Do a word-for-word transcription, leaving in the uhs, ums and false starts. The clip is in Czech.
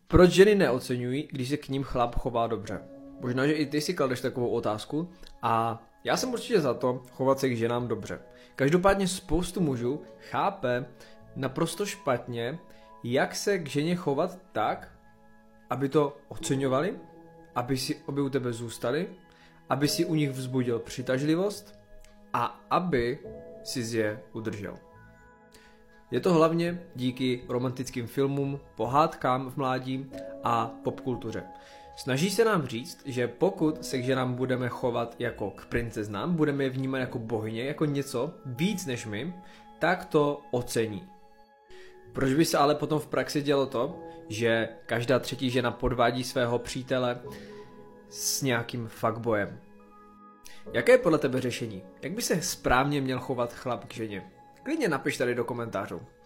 Proč ženy neoceňují, když se k ním chlap chová dobře? Možná, že i ty si kladeš takovou otázku a já jsem určitě za to chovat se k ženám dobře. Každopádně spoustu mužů chápe naprosto špatně, jak se k ženě chovat tak, aby to oceňovali, aby si obě u tebe zůstali, aby si u nich vzbudil přitažlivost a aby si je udržel. Je to hlavně díky romantickým filmům, pohádkám v mládí a popkultuře. Snaží se nám říct, že pokud se k ženám budeme chovat jako k princeznám, budeme je vnímat jako bohyně, jako něco víc než my, tak to ocení. Proč by se ale potom v praxi dělo to, že každá třetí žena podvádí svého přítele s nějakým fuckboyem? Jaké je podle tebe řešení? Jak by se správně měl chovat chlap k ženě? Klidně napiš tady do komentářů.